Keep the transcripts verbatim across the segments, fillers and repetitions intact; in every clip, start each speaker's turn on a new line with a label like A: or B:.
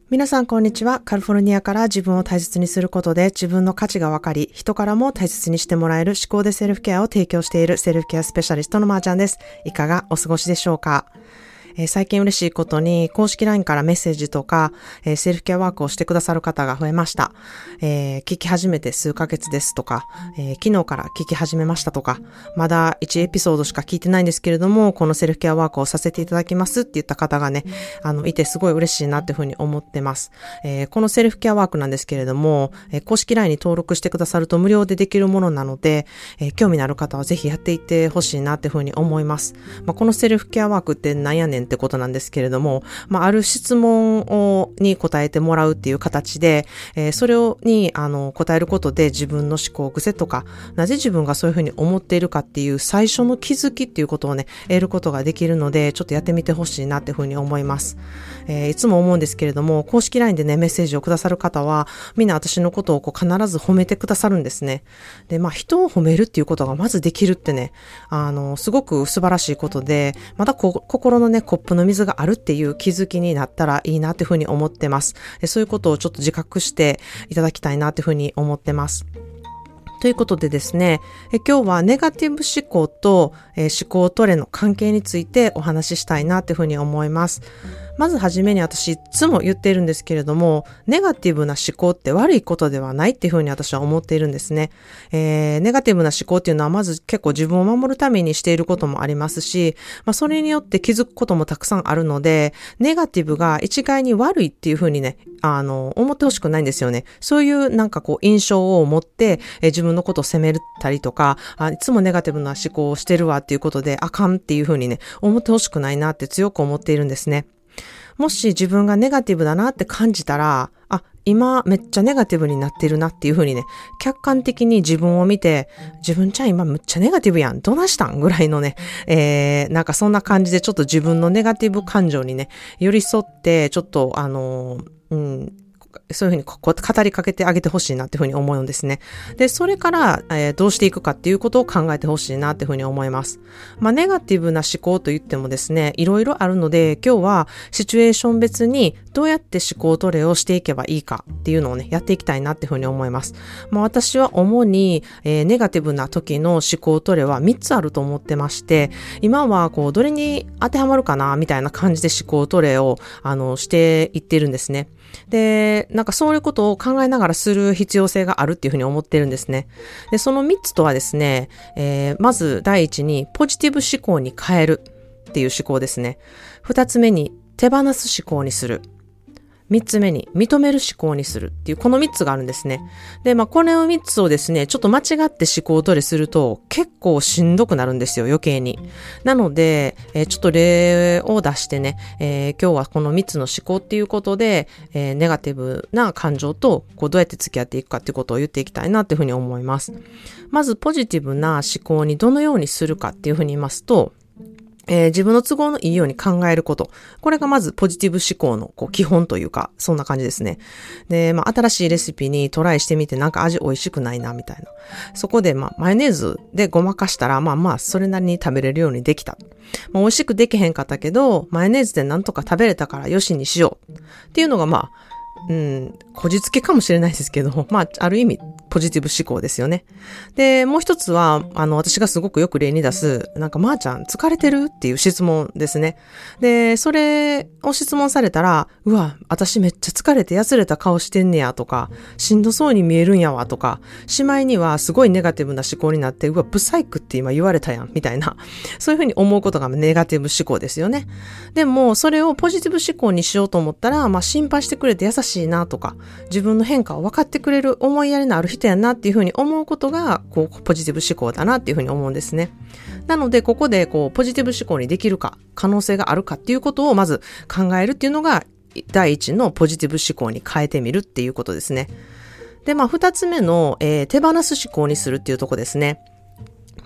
A: 皆さんこんにちは。カリフォルニアから自分を大切にすることで自分の価値が分かり、人からも大切にしてもらえる思考でセルフケアを提供しているセルフケアスペシャリストのまーちゃんです。いかがお過ごしでしょうか？えー、最近嬉しいことに公式 ライン からメッセージとか、えー、セルフケアワークをしてくださる方が増えました。えー、聞き始めて数ヶ月ですとか、えー、昨日から聞き始めましたとか、まだいちエピソードしか聞いてないんですけれども、このセルフケアワークをさせていただきますって言った方がね、あの、いてすごい嬉しいなっていうふうに思ってます。えー、このセルフケアワークなんですけれども、えー、公式 ライン に登録してくださると無料でできるものなので、えー、興味のある方はぜひやっていってほしいなっていうふうに思います。まあ、このセルフケアワークってなんやねんってことなんですけれども、まあ、ある質問をに答えてもらうっていう形で、えー、それをにあの答えることで自分の思考癖とか、なぜ自分がそういうふうに思っているかっていう最初の気づきっていうことをね、得ることができるので、ちょっとやってみてほしいなっていうふうに思います。えー、いつも思うんですけれども、公式 ライン でね、メッセージをくださる方は、みんな私のことをこう必ず褒めてくださるんですね。で、まあ、人を褒めるっていうことがまずできるってね、あの、すごく素晴らしいことで、またこ心のね、コップの水があるっていう気づきになったらいいなっていうふうに思ってます。そういうことをちょっと自覚していただきたいなっていうふうに思ってます。ということでですね、え今日はネガティブ思考と、えー、思考トレの関係についてお話ししたいなっていうふうに思います。まずはじめに私いつも言っているんですけれども、ネガティブな思考って悪いことではないっていうふうに私は思っているんですね。えー、ネガティブな思考っていうのはまず結構自分を守るためにしていることもありますし、まあそれによって気づくこともたくさんあるので、ネガティブが一概に悪いっていうふうにね、あの、思ってほしくないんですよね。そういうなんかこう印象を持って、えー、自分のことを責めたりとか、あ、いつもネガティブな思考をしてるわっていうことであかんっていうふうにね、思ってほしくないなって強く思っているんですね。もし自分がネガティブだなって感じたら、あ、今めっちゃネガティブになってるなっていう風にね、客観的に自分を見て、自分ちゃん今むっちゃネガティブやん、どないしたんぐらいのね、えー、なんかそんな感じでちょっと自分のネガティブ感情にね、寄り添って、ちょっとあの、うん、そういうふうにここ語りかけてあげてほしいなっていうふうに思うんですね。で、それから、えー、どうしていくかっていうことを考えてほしいなっていうふうに思います。まあ、ネガティブな思考と言ってもですね、いろいろあるので、今日はシチュエーション別にどうやって思考トレをしていけばいいかっていうのをね、やっていきたいなっていうふうに思います。まあ、私は主に、えー、ネガティブな時の思考トレはみっつあると思ってまして、今はこう、どれに当てはまるかなみたいな感じで思考トレを、あの、していってるんですね。で、なんかそういうことを考えながらする必要性があるっていうふうに思ってるんですね。で、そのみっつとはですね、えー、まず第一にポジティブ思考に変えるっていう思考ですね。二つ目に手放す思考にする。三つ目に認める思考にするっていうこの三つがあるんですね。で、まあこの三つをですね、ちょっと間違って思考トレすると結構しんどくなるんですよ、余計に。なので、えー、ちょっと例を出してね、えー、今日はこの三つの思考っていうことで、えー、ネガティブな感情とこうどうやって付き合っていくかっていうことを言っていきたいなっていうふうに思います。まずポジティブな思考にどのようにするかっていうふうに言いますと、えー、自分の都合のいいように考えること。これがまずポジティブ思考のこう基本というか、そんな感じですね。で、まあ、新しいレシピにトライしてみてなんか味美味しくないな、みたいな。そこで、まあ、マヨネーズでごまかしたら、まあまあ、それなりに食べれるようにできた。まあ、美味しくできへんかったけど、マヨネーズでなんとか食べれたからよしにしよう。っていうのが、まあ、うん、こじつけかもしれないですけど、まあ、ある意味、ポジティブ思考ですよね。で、もう一つは、あの、私がすごくよく例に出す、なんか、まーちゃん疲れてるっていう質問ですね。で、それを質問されたら、うわ、私めっちゃ疲れてやつれた顔してんねやとか、しんどそうに見えるんやわとか、しまいにはすごいネガティブな思考になって、うわ、ブサイクって今言われたやん、みたいな。そういうふうに思うことがネガティブ思考ですよね。でも、それをポジティブ思考にしようと思ったら、まあ、心配してくれて優しいなとか、自分の変化を分かってくれる思いやりのある人やなっていうふうに思うことが、こう、ポジティブ思考だなっていうふうに思うんですね。なので、ここで、こう、ポジティブ思考にできるか、可能性があるかっていうことをまず考えるっていうのが、第一のポジティブ思考に変えてみるっていうことですね。で、まあ、二つ目の、えー、手放す思考にするっていうとこですね。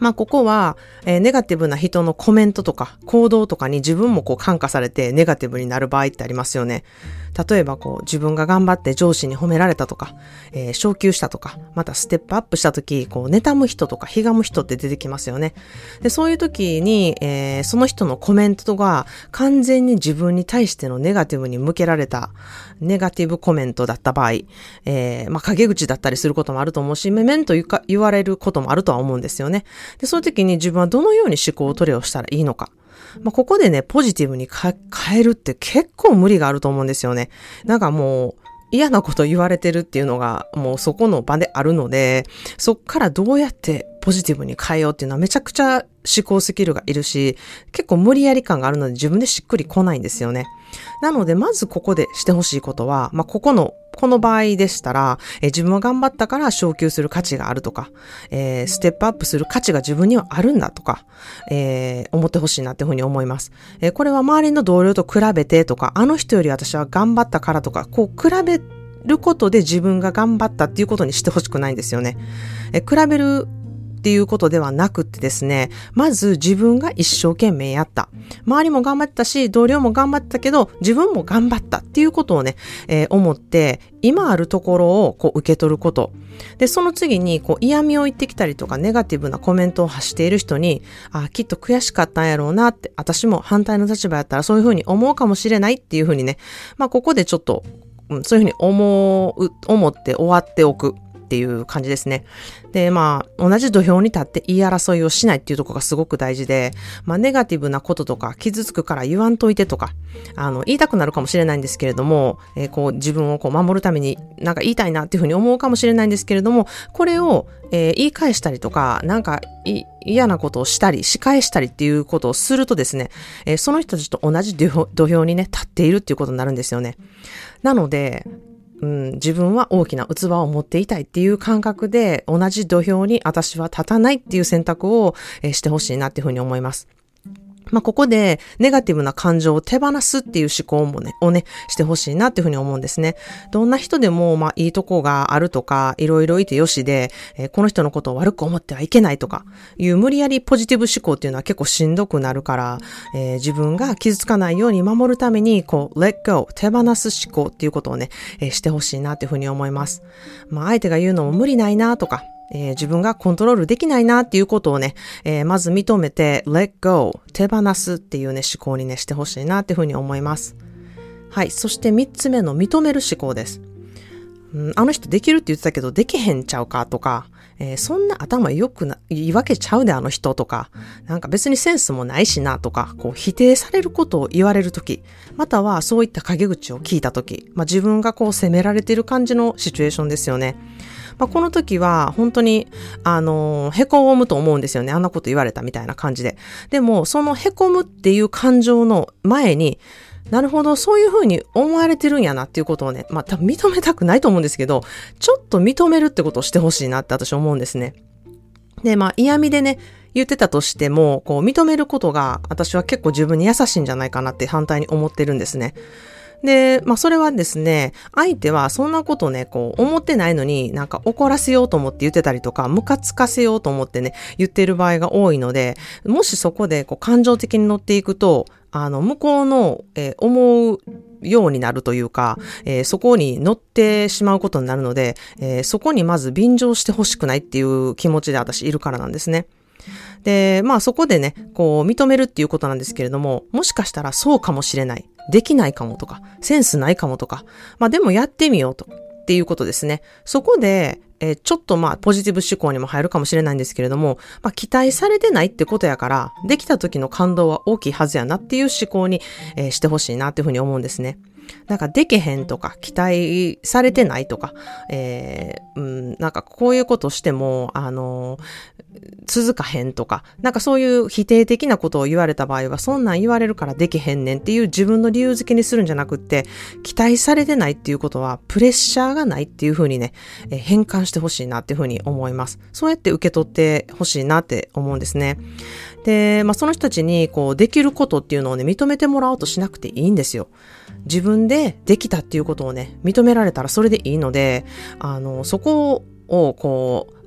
A: まあ、ここは、えー、ネガティブな人のコメントとか行動とかに自分もこう感化されてネガティブになる場合ってありますよね。例えばこう自分が頑張って上司に褒められたとか、えー、昇給したとか、またステップアップした時、こう妬む人とかひがむ人って出てきますよね。で、そういう時に、えー、その人のコメントが完全に自分に対してのネガティブに向けられたネガティブコメントだった場合、えー、まあ、陰口だったりすることもあると思うし、めめんと言うか言われることもあるとは思うんですよね。で、そういう時に自分はどのように思考をトレをしたらいいのか。まあ、ここでね、ポジティブに変えるって結構無理があると思うんですよね。なんかもう、嫌なこと言われてるっていうのがもうそこの場であるので、そっからどうやってポジティブに変えようっていうのはめちゃくちゃ思考スキルがいるし、結構無理やり感があるので自分でしっくりこないんですよね。なのでまずここでしてほしいことは、まあ、ここのこの場合でしたら、えー、自分は頑張ったから昇給する価値があるとか、えー、ステップアップする価値が自分にはあるんだとか、えー、思ってほしいなっていうふうに思います。えー、これは周りの同僚と比べてとか、あの人より私は頑張ったからとか、こう比べることで自分が頑張ったっていうことにしてほしくないんですよね。えー、比べるっていうことではなくってですね、まず自分が一生懸命やった。周りも頑張ったし、同僚も頑張ったけど、自分も頑張ったっていうことをね、えー、思って、今あるところをこう受け取ること。で、その次にこう嫌味を言ってきたりとか、ネガティブなコメントを発している人に、あ、きっと悔しかったんやろうなって、私も反対の立場やったらそういうふうに思うかもしれないっていうふうにね、まあここでちょっと、うん、そういうふうに思う、思って終わっておく。っていう感じですね。で、まあ、同じ土俵に立って言い争いをしないっていうところがすごく大事で、まあ、ネガティブなこととか、傷つくから言わんといてとか、あの、言いたくなるかもしれないんですけれども、えー、こう、自分をこう守るためになんか言いたいなっていうふうに思うかもしれないんですけれども、これを、えー、言い返したりとか、なんか嫌なことをしたり、仕返したりっていうことをするとですね、えー、その人たちと同じ土俵にね、立っているっていうことになるんですよね。なので、うん、自分は大きな器を持っていたいっていう感覚で同じ土俵に私は立たないっていう選択を、えー、してほしいなっていうふうに思います。まあ、ここでネガティブな感情を手放すっていう思考もね、をね、してほしいなっていうふうに思うんですね。どんな人でも、まあ、いいとこがあるとか、いろいろいてよしで、えー、この人のことを悪く思ってはいけないとか、いう無理やりポジティブ思考っていうのは結構しんどくなるから、えー、自分が傷つかないように守るために、こう、let go、手放す思考っていうことをね、えー、してほしいなっていうふうに思います。まあ、相手が言うのも無理ないなとか、えー、自分がコントロールできないなっていうことをね、えー、まず認めて let go 手放すっていうね思考にねしてほしいなっていうふうに思います。はい。そして三つ目の認める思考です。うん、あの人できるって言ってたけどできへんちゃうかとか、えー、そんな頭良くないいわけちゃうであの人とか、なんか別にセンスもないしなとか、こう否定されることを言われるとき、またはそういった陰口を聞いたとき、まあ、自分がこう責められている感じのシチュエーションですよね。まあ、この時は本当に、あのー、へこむと思うんですよね。あんなこと言われたみたいな感じで。でも、そのへこむっていう感情の前に、なるほど、そういうふうに思われてるんやなっていうことをね、まあ、多分認めたくないと思うんですけど、ちょっと認めるってことをしてほしいなって私思うんですね。で、まあ、嫌味でね、言ってたとしても、こう、認めることが、私は結構自分に優しいんじゃないかなって反対に思ってるんですね。で、まあそれはですね、相手はそんなことね、こう思ってないのになんか怒らせようと思って言ってたりとか、ムカつかせようと思ってね、言ってる場合が多いので、もしそこでこう感情的に乗っていくと、あの、向こうの、えー、思うようになるというか、えー、そこに乗ってしまうことになるので、えー、そこにまず便乗してほしくないっていう気持ちで私いるからなんですね。で、まあそこでね、こう認めるっていうことなんですけれども、もしかしたらそうかもしれない。できないかもとか、センスないかもとか、まあでもやってみようとっていうことですね。そこで、えー、ちょっとまあポジティブ思考にも入るかもしれないんですけれども、まあ期待されてないってことやから、できた時の感動は大きいはずやなっていう思考に、えー、してほしいなっていうふうに思うんですね。なんかでけへんとか期待されてないとか、えーうん、なんかこういうことしてもあの続かへんとか、なんかそういう否定的なことを言われた場合は、そんなん言われるからできへんねんっていう自分の理由付けにするんじゃなくって、期待されてないっていうことはプレッシャーがないっていう風にね、えー、変換してほしいなっていう風に思います。そうやって受け取ってほしいなって思うんですね。で、まあその人たちにこうできることっていうのをね認めてもらおうとしなくていいんですよ。自分でできたっていうことをね認められたらそれでいいので、あのそこをこう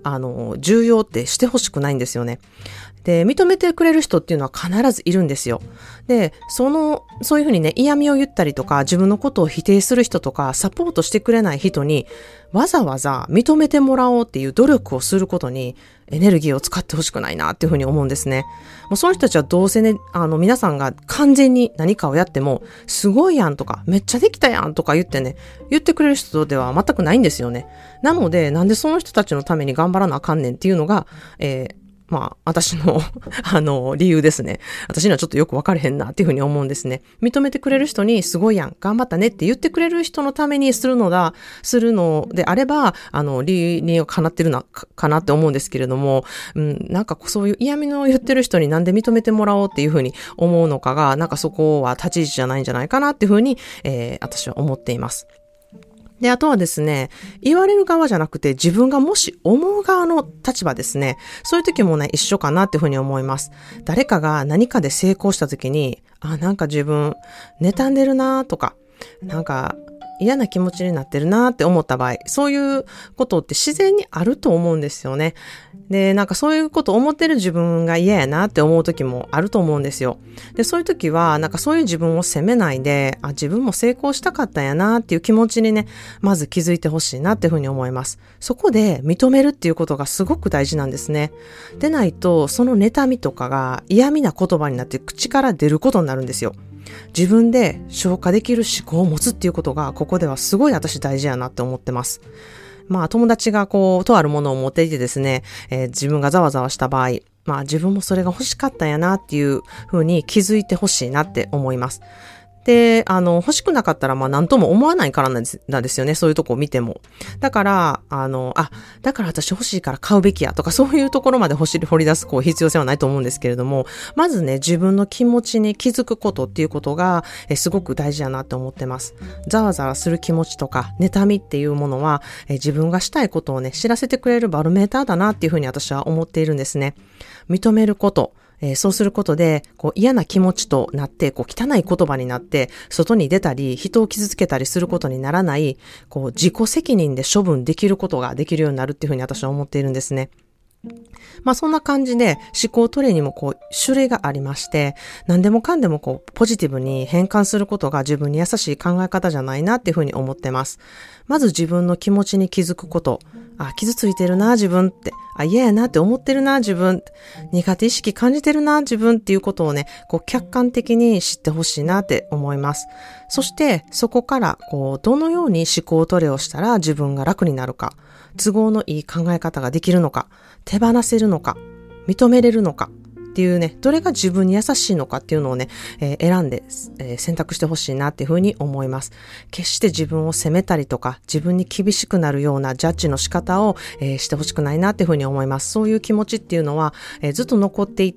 A: あの、重要ってしてほしくないんですよね。で、認めてくれる人っていうのは必ずいるんですよ。で、その、そういうふうにね、嫌味を言ったりとか、自分のことを否定する人とか、サポートしてくれない人に、わざわざ認めてもらおうっていう努力をすることに、エネルギーを使ってほしくないなっていうふうに思うんですね。もうその人たちはどうせね、あの、皆さんが完全に何かをやっても、すごいやんとか、めっちゃできたやんとか言ってね、言ってくれる人では全くないんですよね。なので、なんでその人たちのために頑張らなあかんねんっていうのが、えーまあ、私の、あの、理由ですね。私にはちょっとよく分かれへんなっていうふうに思うんですね。認めてくれる人に、すごいやん、頑張ったねって言ってくれる人のためにするのだ、するのであれば、あの、理にをかなってるな、か、かなって思うんですけれども、うん、なんかそういう嫌味の言ってる人になんで認めてもらおうっていうふうに思うのかが、なんかそこは立ち位置じゃないんじゃないかなっていうふうに、えー、私は思っています。で、あとはですね、言われる側じゃなくて自分がもし思う側の立場ですね。そういう時もね、一緒かなっていうふうに思います。誰かが何かで成功した時に、あ、なんか自分、妬んでるなとか、なんか嫌な気持ちになってるなって思った場合、そういうことって自然にあると思うんですよね。で、なんかそういうことを思ってる自分が嫌やなって思う時もあると思うんですよ。で、そういう時は、なんかそういう自分を責めないで、あ、自分も成功したかったんやなっていう気持ちにね、まず気づいてほしいなっていうふうに思います。そこで認めるっていうことがすごく大事なんですね。でないと、その妬みとかが嫌味な言葉になって口から出ることになるんですよ。自分で消化できる思考を持つっていうことが、ここではすごい私大事やなって思ってます。まあ友達がこう、とあるものを持っていてですね、えー、自分がざわざわした場合、まあ自分もそれが欲しかったんやなっていうふうに気づいてほしいなって思います。で、あの、欲しくなかったら、まあ、なんとも思わないからなんです、なんですよね。そういうとこを見ても。だから、あの、あ、だから私欲しいから買うべきやとか、そういうところまで欲し掘り出す、こう、必要性はないと思うんですけれども、まずね、自分の気持ちに気づくことっていうことが、えすごく大事だなって思ってます。ざわざわする気持ちとか、妬みっていうものは、え自分がしたいことをね、知らせてくれるバロメーターだなっていうふうに私は思っているんですね。認めること。えー、そうすることで、こう嫌な気持ちとなって、こう汚い言葉になって、外に出たり、人を傷つけたりすることにならない、こう自己責任で処分できることができるようになるっていうふうに私は思っているんですね。まあそんな感じで思考トレにもこう種類がありまして、何でもかんでもこうポジティブに変換することが自分に優しい考え方じゃないなっていうふうに思ってます。まず自分の気持ちに気づくこと。あ、傷ついてるな、自分って。あ、嫌やなって思ってるな、自分。苦手意識感じてるな、自分っていうことをね、こう客観的に知ってほしいなって思います。そして、そこから、こう、どのように思考トレをしたら自分が楽になるか、都合のいい考え方ができるのか、手放せるのか、認めれるのか、っていうね、どれが自分に優しいのかっていうのをね、えー、選んで、えー、選択してほしいなっていうふうに思います。決して自分を責めたりとか、自分に厳しくなるようなジャッジの仕方を、えー、してほしくないなっていうふうに思います。そういう気持ちっていうのは、えー、ずっと残っていって、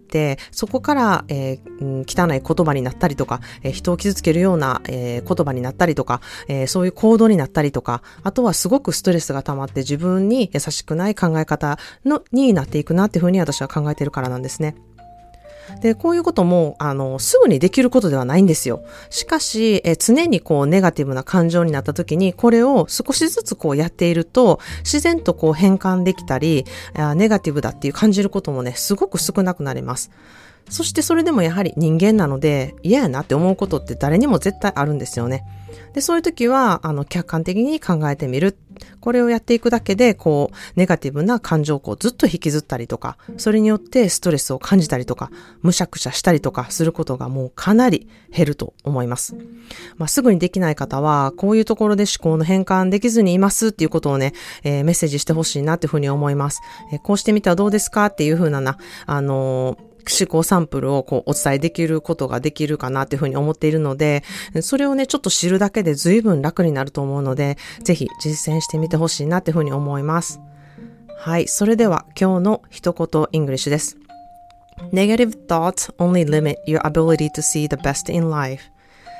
A: そこから、えーうん、汚い言葉になったりとか、えー、人を傷つけるような、えー、言葉になったりとか、えー、そういう行動になったりとか、あとはすごくストレスが溜まって自分に優しくない考え方のになっていくなっていうふうに私は考えているからなんですね。で、こういうことも、あの、すぐにできることではないんですよ。しかし、え常にこう、ネガティブな感情になった時に、これを少しずつこうやっていると、自然とこう変換できたり、ネガティブだっていう感じることもね、すごく少なくなります。そしてそれでもやはり人間なので、嫌やなって思うことって誰にも絶対あるんですよね。で、そういう時は、あの、客観的に考えてみる。これをやっていくだけで、こう、ネガティブな感情をこうずっと引きずったりとか、それによってストレスを感じたりとか、むしゃくしゃしたりとかすることがもうかなり減ると思います。まあ、すぐにできない方は、こういうところで思考の変換できずにいますっていうことをね、えー、メッセージしてほしいなっていうふうに思います。えー、こうしてみてはどうですかっていうふうなな、あのー、思考サンプルをこうお伝えできることができるかなというふうに思っているので、それをね、ちょっと知るだけで随分楽になると思うので、ぜひ実践してみてほしいなというふうに思います。はい。それでは今日の一言イングリッシュです。Negative thoughts only limit your ability to see the best in life.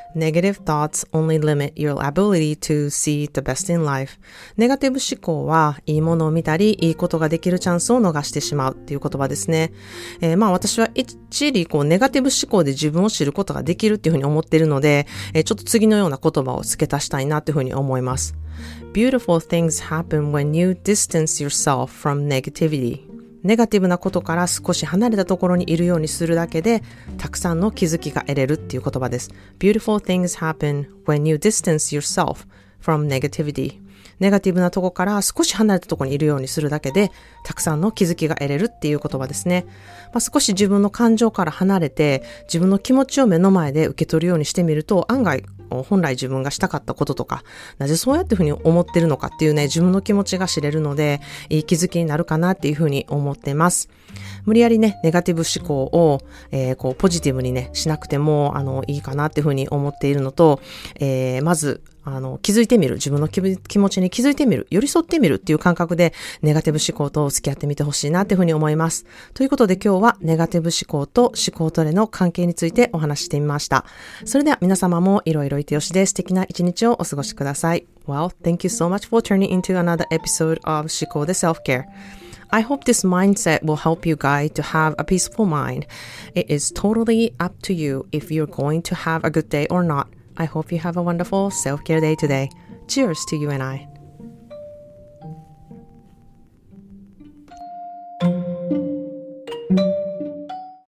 A: Negative thoughts only limit your ability to see the best in life. ネガティブ思考はいいものを見たり、いいことができるチャンスを逃してしまうっていう言葉ですね。えー、まあ私は一理こうネガティブ思考で自分を知ることができるっていうふうに思っているので、えー、ちょっと次のような言葉を付け足したいなっていうふうに思います。Beautiful things happen when you distance yourself from negativity.ネガティブなことから少し離れたところにいるようにするだけで、たくさんの気づきが得れるっていう言葉です。Beautiful things happen when you distance yourself from negativity. ネガティブなとこから少し離れたところにいるようにするだけで、たくさんの気づきが得れるっていう言葉ですね。まあ、少し自分の感情から離れて、自分の気持ちを目の前で受け取るようにしてみると、案外、本来自分がしたかったこととか、なぜそうやってふうに思ってるのかっていうね、自分の気持ちが知れるので、いい気づきになるかなっていうふうに思ってます。無理やりね、ネガティブ思考を、えー、こう、ポジティブにね、しなくても、あの、いいかなっていうふうに思っているのと、えー、まず、あの、気づいてみる。自分の 気, 気持ちに気づいてみる。寄り添ってみるっていう感覚で、ネガティブ思考と付き合ってみてほしいなっていうふうに思います。ということで今日は、ネガティブ思考と思考トレの関係についてお話してみました。それでは皆様もいろいろいてよしで素敵な一日をお過ごしください。Well, thank you so much for turning into another episode of 思考で Self-Care.I hope this mindset will help you guys to have a peaceful mind. It is totally up to you if you're going to have a good day or not. I hope you have a wonderful self-care day today. Cheers to you and I.